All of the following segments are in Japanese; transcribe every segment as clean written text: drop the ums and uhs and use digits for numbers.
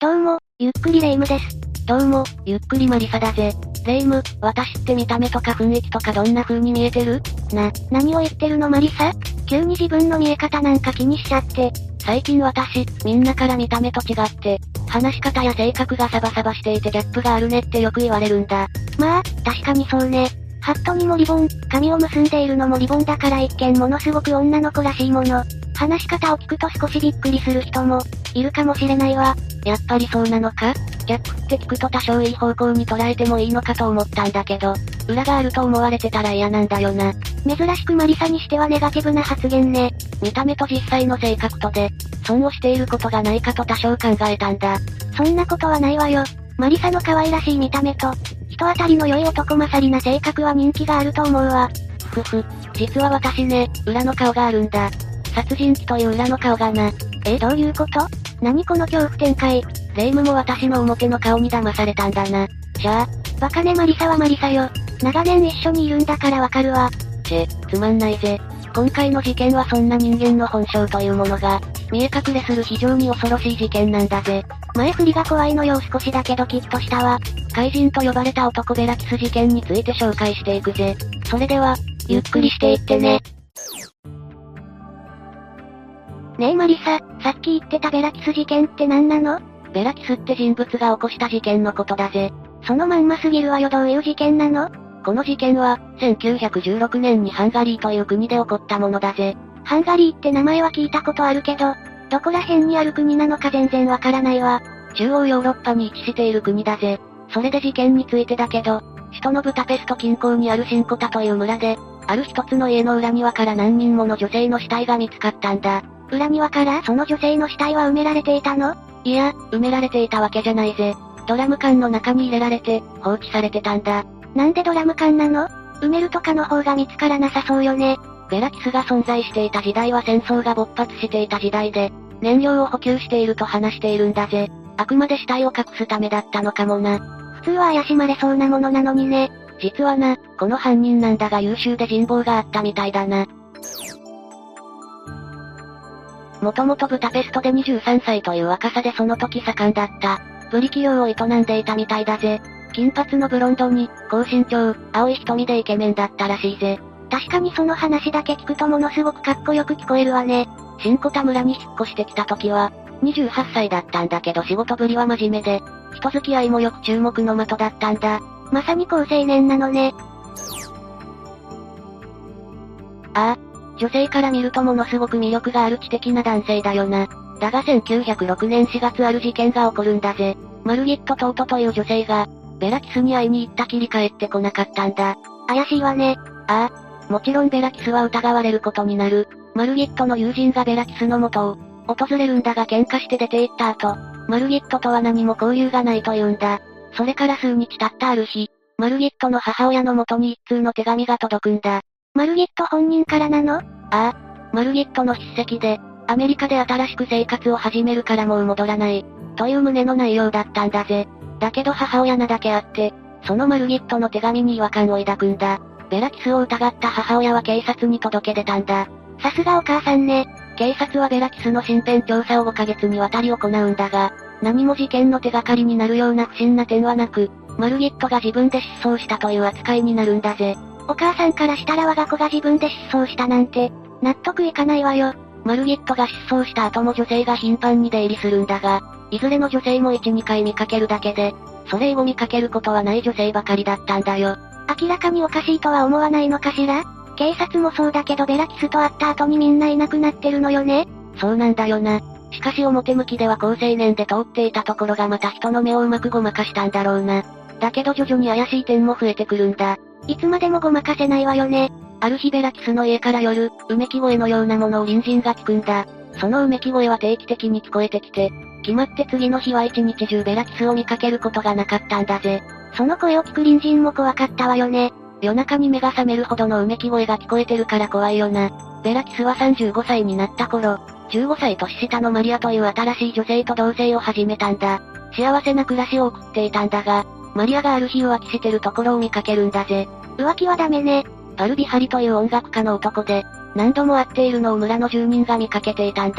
どうも、ゆっくりレ夢ムです。 どうも、ゆっくりマリサだぜ。レ夢ム、私って見た目とか雰囲気とかどんな風に見えてる？ 何を言ってるのマリサ？急に自分の見え方なんか気にしちゃって。 最近私、みんなから見た目と違って、話し方や性格がサバサバしていてギャップがあるねってよく言われるんだ。 まあ、確かにそうね。ハットにもリボン、髪を結んでいるのもリボンだから一見ものすごく女の子らしいもの。話し方を聞くと少しびっくりする人も、いるかもしれないわ。 やっぱりそうなのか？ギャップって聞くと多少いい方向に捉えてもいいのかと思ったんだけど、裏があると思われてたら嫌なんだよな。 珍しくマリサにしてはネガティブな発言ね。 見た目と実際の性格とで、損をしていることがないかと多少考えたんだ。 そんなことはないわよ。マリサの可愛らしい見た目と、人当たりの良い男勝りな性格は人気があると思うわ。 実は私ね、裏の顔があるんだ。殺人鬼という裏の顔がな。 どういうこと？何この恐怖展開。 レ夢ムも私の表の顔に騙されたんだな。 バカねマリサはマリサよ。長年一緒にいるんだからわかるわ。 つまんないぜ。今回の事件はそんな人間の本性というものが、見え隠れする非常に恐ろしい事件なんだぜ。 前振りが怖いのよ少しだけドキッとしたわ。 怪人と呼ばれた男ベラキス事件について紹介していくぜ。それでは、ゆっくりしていってね。 ねえマリサ、さっき言ってたベラキス事件って何なの？ ベラキスって人物が起こした事件のことだぜ。 そのまんますぎるわよ。どういう事件なの？ この事件は、1916年にハンガリーという国で起こったものだぜ。 ハンガリーって名前は聞いたことあるけど、どこら辺にある国なのか全然わからないわ。 中央ヨーロッパに位置している国だぜ。それで事件についてだけど、首都のブダペスト近郊にあるシンコタという村で、ある一つの家の裏庭から何人もの女性の死体が見つかったんだ。 裏庭からその女性の死体は埋められていたの？ いや、埋められていたわけじゃないぜ。ドラム缶の中に入れられて、放置されてたんだ。 なんでドラム缶なの？埋めるとかの方が見つからなさそうよね。 ベラキスが存在していた時代は戦争が勃発していた時代で、燃料を補給していると話しているんだぜ。あくまで死体を隠すためだったのかもな。 普通は怪しまれそうなものなのにね。 実はな、この犯人なんだが優秀で人望があったみたいだな。もともとブダペストで23歳という若さでその時盛んだった。ブリキ業を営んでいたみたいだぜ。金髪のブロンドに、高身長、青い瞳でイケメンだったらしいぜ。 確かにその話だけ聞くとものすごくかっこよく聞こえるわね。 シンコタ村に引っ越してきた時は、28歳だったんだけど仕事ぶりは真面目で、人付き合いもよく注目の的だったんだ。 まさに好青年なのね。 女性から見るとものすごく魅力がある知的な男性だよな。だが1906年4月ある事件が起こるんだぜ。マルギット・トートという女性が、ベラキスに会いに行ったきり帰ってこなかったんだ。 怪しいわね。 もちろんベラキスは疑われることになる。マルギットの友人がベラキスの元を、訪れるんだが喧嘩して出て行った後、マルギットとは何も交流がないというんだ。それから数日経ったある日、マルギットの母親の元に一通の手紙が届くんだ。 マルギット本人からなの？ マルギットの筆跡で、アメリカで新しく生活を始めるからもう戻らない、という旨の内容だったんだぜ。だけど母親なだけあって、そのマルギットの手紙に違和感を抱くんだ。ベラキスを疑った母親は警察に届け出たんだ。 さすがお母さんね。 警察はベラキスの身辺調査を5ヶ月にわたり行うんだが、何も事件の手がかりになるような不審な点はなく、マルギットが自分で失踪したという扱いになるんだぜ。 お母さんからしたら我が子が自分で失踪したなんて、納得いかないわよ。 マルギットが失踪した後も女性が頻繁に出入りするんだが、いずれの女性も1、2回見かけるだけで、それ以後見かけることはない女性ばかりだったんだよ。 明らかにおかしいとは思わないのかしら？警察もそうだけどベラキスと会った後にみんないなくなってるのよね。 そうなんだよな。しかし表向きでは好青年で通っていたところがまた人の目をうまくごまかしたんだろうな。だけど徐々に怪しい点も増えてくるんだ。 いつまでもごまかせないわよね。 ある日ベラキスの家から夜、うめき声のようなものを隣人が聞くんだ。そのうめき声は定期的に聞こえてきて、決まって次の日は一日中ベラキスを見かけることがなかったんだぜ。 その声を聞く隣人も怖かったわよね。 夜中に目が覚めるほどのうめき声が聞こえてるから怖いよな。ベラキスは35歳になった頃、15歳年下のマリアという新しい女性と同棲を始めたんだ。幸せな暮らしを送っていたんだが、マリアがある日浮気してるところを見かけるんだぜ。 浮気はダメね。 パルビハリという音楽家の男で、何度も会っているのを村の住人が見かけていたんだ。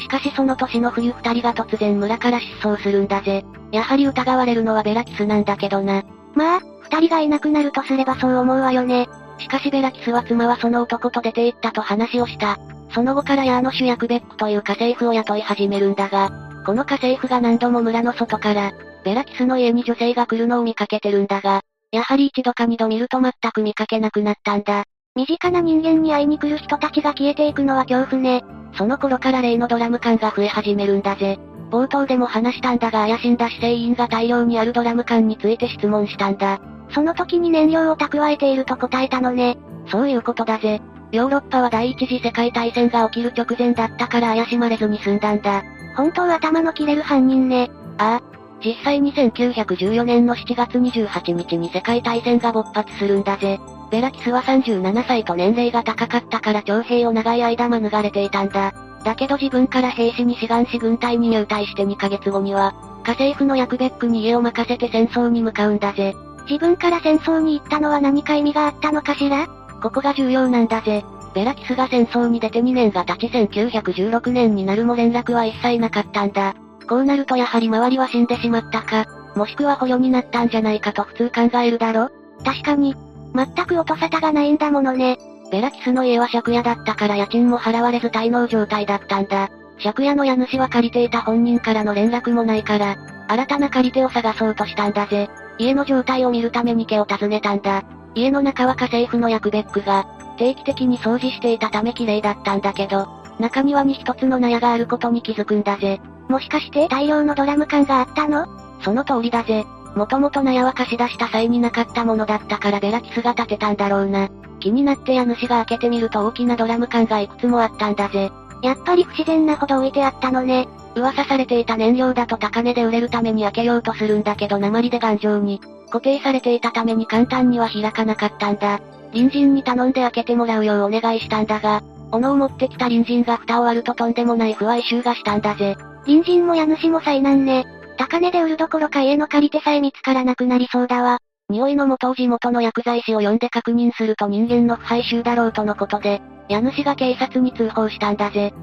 しかしその年の冬二人が突然村から失踪するんだぜ。やはり疑われるのはベラキスなんだけどな。 まあ、二人がいなくなるとすればそう思うわよね。 しかしベラキスは妻はその男と出て行ったと話をした。その後からヤーノシュヤクベックという家政婦を雇い始めるんだが、この家政婦が何度も村の外から、ベラキスの家に女性が来るのを見かけてるんだが、やはり一度か二度見ると全く見かけなくなったんだ。 身近な人間に会いに来る人たちが消えていくのは恐怖ね。 その頃から例のドラム缶が増え始めるんだぜ。冒頭でも話したんだが怪しんだ市政員が大量にあるドラム缶について質問したんだ。 その時に燃料を蓄えていると答えたのね。 そういうことだぜ。ヨーロッパは第一次世界大戦が起きる直前だったから怪しまれずに済んだんだ。 本当頭の切れる犯人ね。 ああ。実際に1914年の7月28日に世界大戦が勃発するんだぜ。ベラキスは37歳と年齢が高かったから徴兵を長い間免れていたんだ。だけど自分から兵士に志願し軍隊に入隊して2ヶ月後には、家政婦のヤクベックに家を任せて戦争に向かうんだぜ。 自分から戦争に行ったのは何か意味があったのかしら？ ここが重要なんだぜ。ベラキスが戦争に出て2年が経ち1916年になるも連絡は一切なかったんだ。こうなるとやはり周りは死んでしまったか、もしくは捕虜になったんじゃないかと普通考えるだろ？ 確かに。全く音沙汰がないんだものね。 ベラキスの家は借家だったから家賃も払われず滞納状態だったんだ。借家の家主は借りていた本人からの連絡もないから、新たな借り手を探そうとしたんだぜ。家の状態を見るために家を訪ねたんだ。家の中は家政婦のヤクベックが、定期的に掃除していたため綺麗だったんだけど、中庭に一つの納屋があることに気づくんだぜ。 もしかして大量のドラム缶があったの？ その通りだぜ。もともと納屋は貸し出した際になかったものだったからベラキスが建てたんだろうな。気になって家主が開けてみると大きなドラム缶がいくつもあったんだぜ。 やっぱり不自然なほど置いてあったのね。 噂されていた燃料だと高値で売れるために開けようとするんだけど鉛で頑丈に固定されていたために簡単には開かなかったんだ。隣人に頼んで開けてもらうようお願いしたんだが、斧を持ってきた隣人が蓋を割るととんでもない不愛臭がしたんだぜ。 隣人も家主も災難ね。高値で売るどころか家の借り手さえ見つからなくなりそうだわ。 匂いの元を地元の薬剤師を呼んで確認すると人間の腐敗臭だろうとのことで、家主が警察に通報したんだぜ。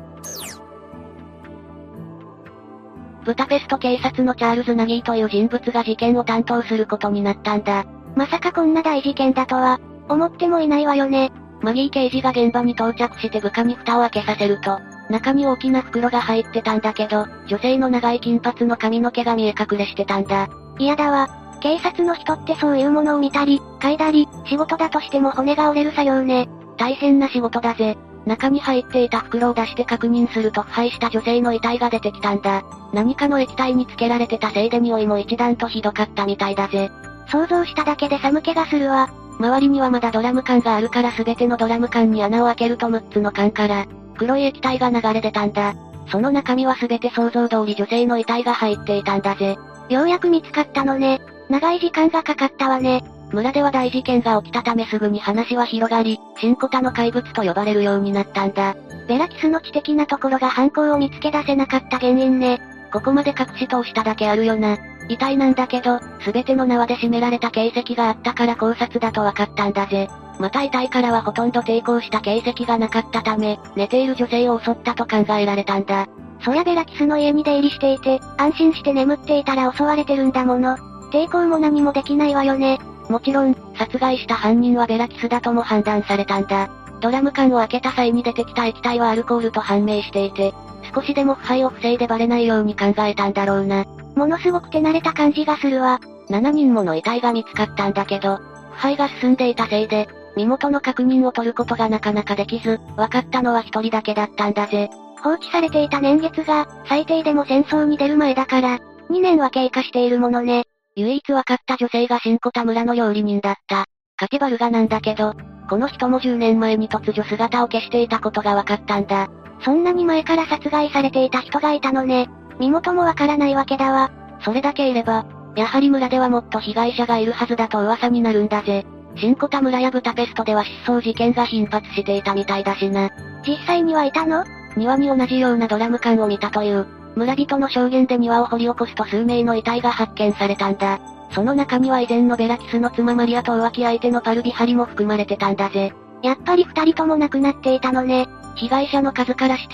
ブダペスト警察のチャールズ・ナギーという人物が事件を担当することになったんだ。 まさかこんな大事件だとは、思ってもいないわよね。 マギー刑事が現場に到着して部下に蓋を開けさせると、中に大きな袋が入ってたんだけど、女性の長い金髪の髪の毛が見え隠れしてたんだ。 嫌だわ。警察の人ってそういうものを見たり、嗅いだり、仕事だとしても骨が折れる作業ね。 大変な仕事だぜ。中に入っていた袋を出して確認すると腐敗した女性の遺体が出てきたんだ。何かの液体につけられてたせいで匂いも一段とひどかったみたいだぜ。 想像しただけで寒気がするわ。 周りにはまだドラム缶があるから全てのドラム缶に穴を開けると6つの缶から、黒い液体が流れ出たんだ。その中身は全て想像通り女性の遺体が入っていたんだぜ。 ようやく見つかったのね。長い時間がかかったわね。 村では大事件が起きたためすぐに話は広がり、シンコタの怪物と呼ばれるようになったんだ。 ベラキスの知的なところが犯行を見つけ出せなかった原因ね。 ここまで隠し通しただけあるよな。遺体なんだけど、全ての縄で締められた形跡があったから考察だと分かったんだぜ。また遺体からはほとんど抵抗した形跡がなかったため、寝ている女性を襲ったと考えられたんだ。 そりゃベラキスの家に出入りしていて、安心して眠っていたら襲われてるんだもの。抵抗も何もできないわよね。 もちろん、殺害した犯人はベラキスだとも判断されたんだ。ドラム缶を開けた際に出てきた液体はアルコールと判明していて、少しでも腐敗を防いでバレないように考えたんだろうな。 ものすごく手慣れた感じがするわ。 7人もの遺体が見つかったんだけど、腐敗が進んでいたせいで、身元の確認を取ることがなかなかできず、分かったのは1人だけだったんだぜ。 放置されていた年月が、最低でも戦争に出る前だから、2年は経過しているものね。 唯一分かった女性がシンコタ村の料理人だった。カティバルガなんだけど、この人も10年前に突如姿を消していたことが分かったんだ。 そんなに前から殺害されていた人がいたのね。身元もわからないわけだわ。 それだけいれば、やはり村ではもっと被害者がいるはずだと噂になるんだぜ。シンコタ村やブダペストでは失踪事件が頻発していたみたいだしな。 実際にはいたの？ 庭に同じようなドラム缶を見たという、村人の証言で庭を掘り起こすと数名の遺体が発見されたんだ。その中には以前のベラキスの妻マリアと浮気相手のパルビハリも含まれてたんだぜ。 やっぱり2人とも亡くなっていたのね。 被害者の数からして、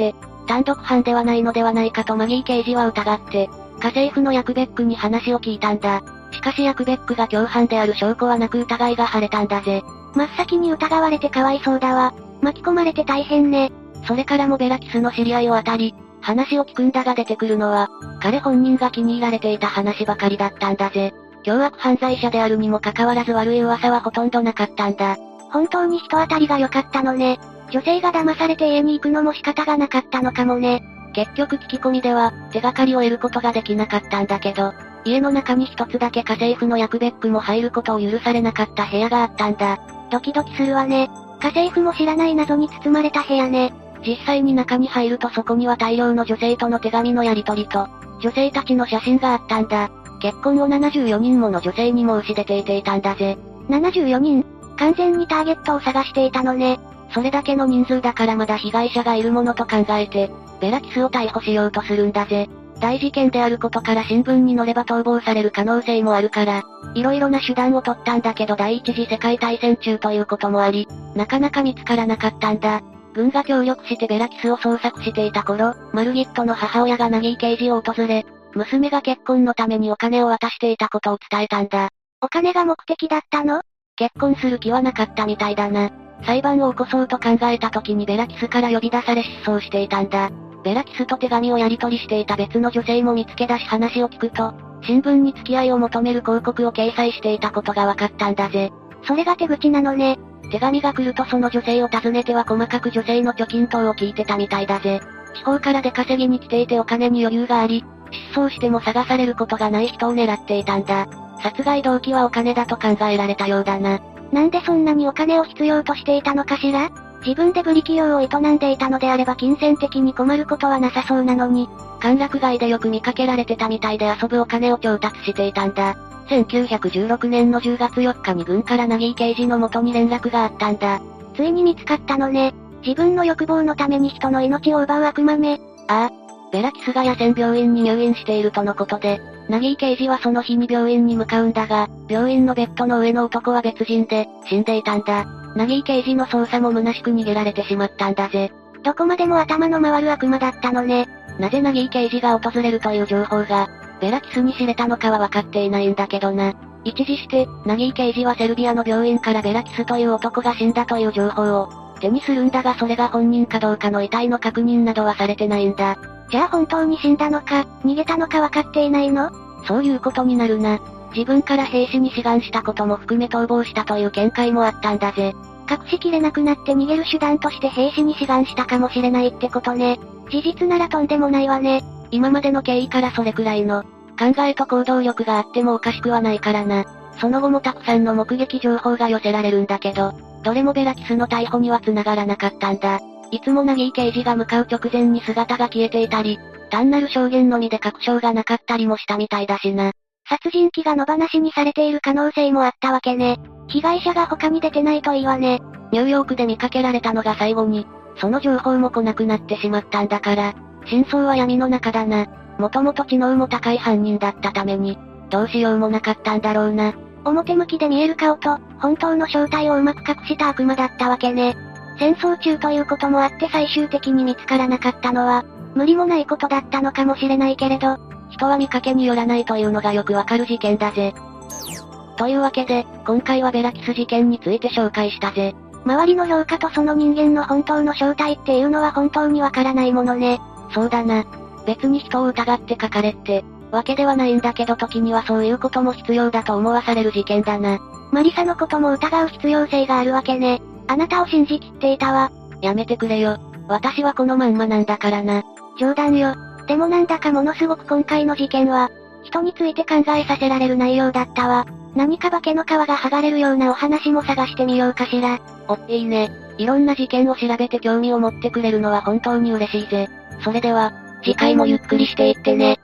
単独犯ではないのではないかとマギー刑事は疑って、家政婦のヤクベックに話を聞いたんだ。しかしヤクベックが共犯である証拠はなく疑いが晴れたんだぜ。 真っ先に疑われてかわいそうだわ。巻き込まれて大変ね。 それからもベラキスの知り合いを当たり、話を聞くんだが出てくるのは、彼本人が気に入られていた話ばかりだったんだぜ。凶悪犯罪者であるにもかかわらず悪い噂はほとんどなかったんだ。 本当に人当たりが良かったのね。女性が騙されて家に行くのも仕方がなかったのかもね。 結局聞き込みでは、手がかりを得ることができなかったんだけど、家の中に一つだけ家政婦のヤクベックも入ることを許されなかった部屋があったんだ。 ドキドキするわね。家政婦も知らない謎に包まれた部屋ね。 実際に中に入るとそこには大量の女性との手紙のやり取りと、女性たちの写真があったんだ。結婚を74人もの女性に申し出ていていたんだぜ。 74人？完全にターゲットを探していたのね。 それだけの人数だからまだ被害者がいるものと考えて、ベラキスを逮捕しようとするんだぜ。大事件であることから新聞に載れば逃亡される可能性もあるから、色々な手段を取ったんだけど第一次世界大戦中ということもあり、なかなか見つからなかったんだ。軍が協力してベラキスを捜索していた頃、マルギットの母親がナギー刑事を訪れ、娘が結婚のためにお金を渡していたことを伝えたんだ。 お金が目的だったの？ 結婚する気はなかったみたいだな。裁判を起こそうと考えた時にベラキスから呼び出され失踪していたんだ。ベラキスと手紙をやり取りしていた別の女性も見つけ出し話を聞くと、新聞に付き合いを求める広告を掲載していたことが分かったんだぜ。 それが手口なのね。 手紙が来るとその女性を訪ねては細かく女性の貯金等を聞いてたみたいだぜ。地方から出稼ぎに来ていてお金に余裕があり、失踪しても探されることがない人を狙っていたんだ。殺害動機はお金だと考えられたようだな。 なんでそんなにお金を必要としていたのかしら？自分でブリ企業を営んでいたのであれば金銭的に困ることはなさそうなのに、 歓楽街でよく見かけられてたみたいで遊ぶお金を調達していたんだ。1916年の10月4日に軍からナギー刑事の元に連絡があったんだ。 ついに見つかったのね。自分の欲望のために人の命を奪う悪魔め。 ああ。ベラキスが野戦病院に入院しているとのことで、ナギー刑事はその日に病院に向かうんだが、病院のベッドの上の男は別人で、死んでいたんだ。ナギー刑事の捜査も虚しく逃げられてしまったんだぜ。 どこまでも頭の回る悪魔だったのね。 なぜナギー刑事が訪れるという情報が、ベラキスに知れたのかは分かっていないんだけどな。一時して、ナギー刑事はセルビアの病院からベラキスという男が死んだという情報を手にするんだがそれが本人かどうかの遺体の確認などはされてないんだ。 じゃあ本当に死んだのか、逃げたのか分かっていないの？ そういうことになるな。自分から兵士に志願したことも含め逃亡したという見解もあったんだぜ。 隠しきれなくなって逃げる手段として兵士に志願したかもしれないってことね。事実ならとんでもないわね。 今までの経緯からそれくらいの考えと行動力があってもおかしくはないからな。その後もたくさんの目撃情報が寄せられるんだけど、どれもベラキスの逮捕には繋がらなかったんだ。いつもナギー刑事が向かう直前に姿が消えていたり、単なる証言のみで確証がなかったりもしたみたいだしな。 殺人鬼が野放しにされている可能性もあったわけね。被害者が他に出てないといいわね。 ニューヨークで見かけられたのが最後に、その情報も来なくなってしまったんだから、真相は闇の中だな。もともと知能も高い犯人だったために、どうしようもなかったんだろうな。 表向きで見える顔と、本当の正体をうまく隠した悪魔だったわけね。戦争中ということもあって最終的に見つからなかったのは、無理もないことだったのかもしれないけれど、 人は見かけによらないというのがよくわかる事件だぜ。というわけで、今回はベラキス事件について紹介したぜ。 周りの評価とその人間の本当の正体っていうのは本当にわからないものね。 そうだな。別に人を疑って書かれって、わけではないんだけど時にはそういうことも必要だと思わされる事件だな。 マリサのことも疑う必要性があるわけね。あなたを信じきっていたわ。 やめてくれよ。私はこのまんまなんだからな。 冗談よ。でもなんだかものすごく今回の事件は、人について考えさせられる内容だったわ。何か化けの皮が剥がれるようなお話も探してみようかしら。 いいね。いろんな事件を調べて興味を持ってくれるのは本当に嬉しいぜ。それでは、次回もゆっくりしていってね。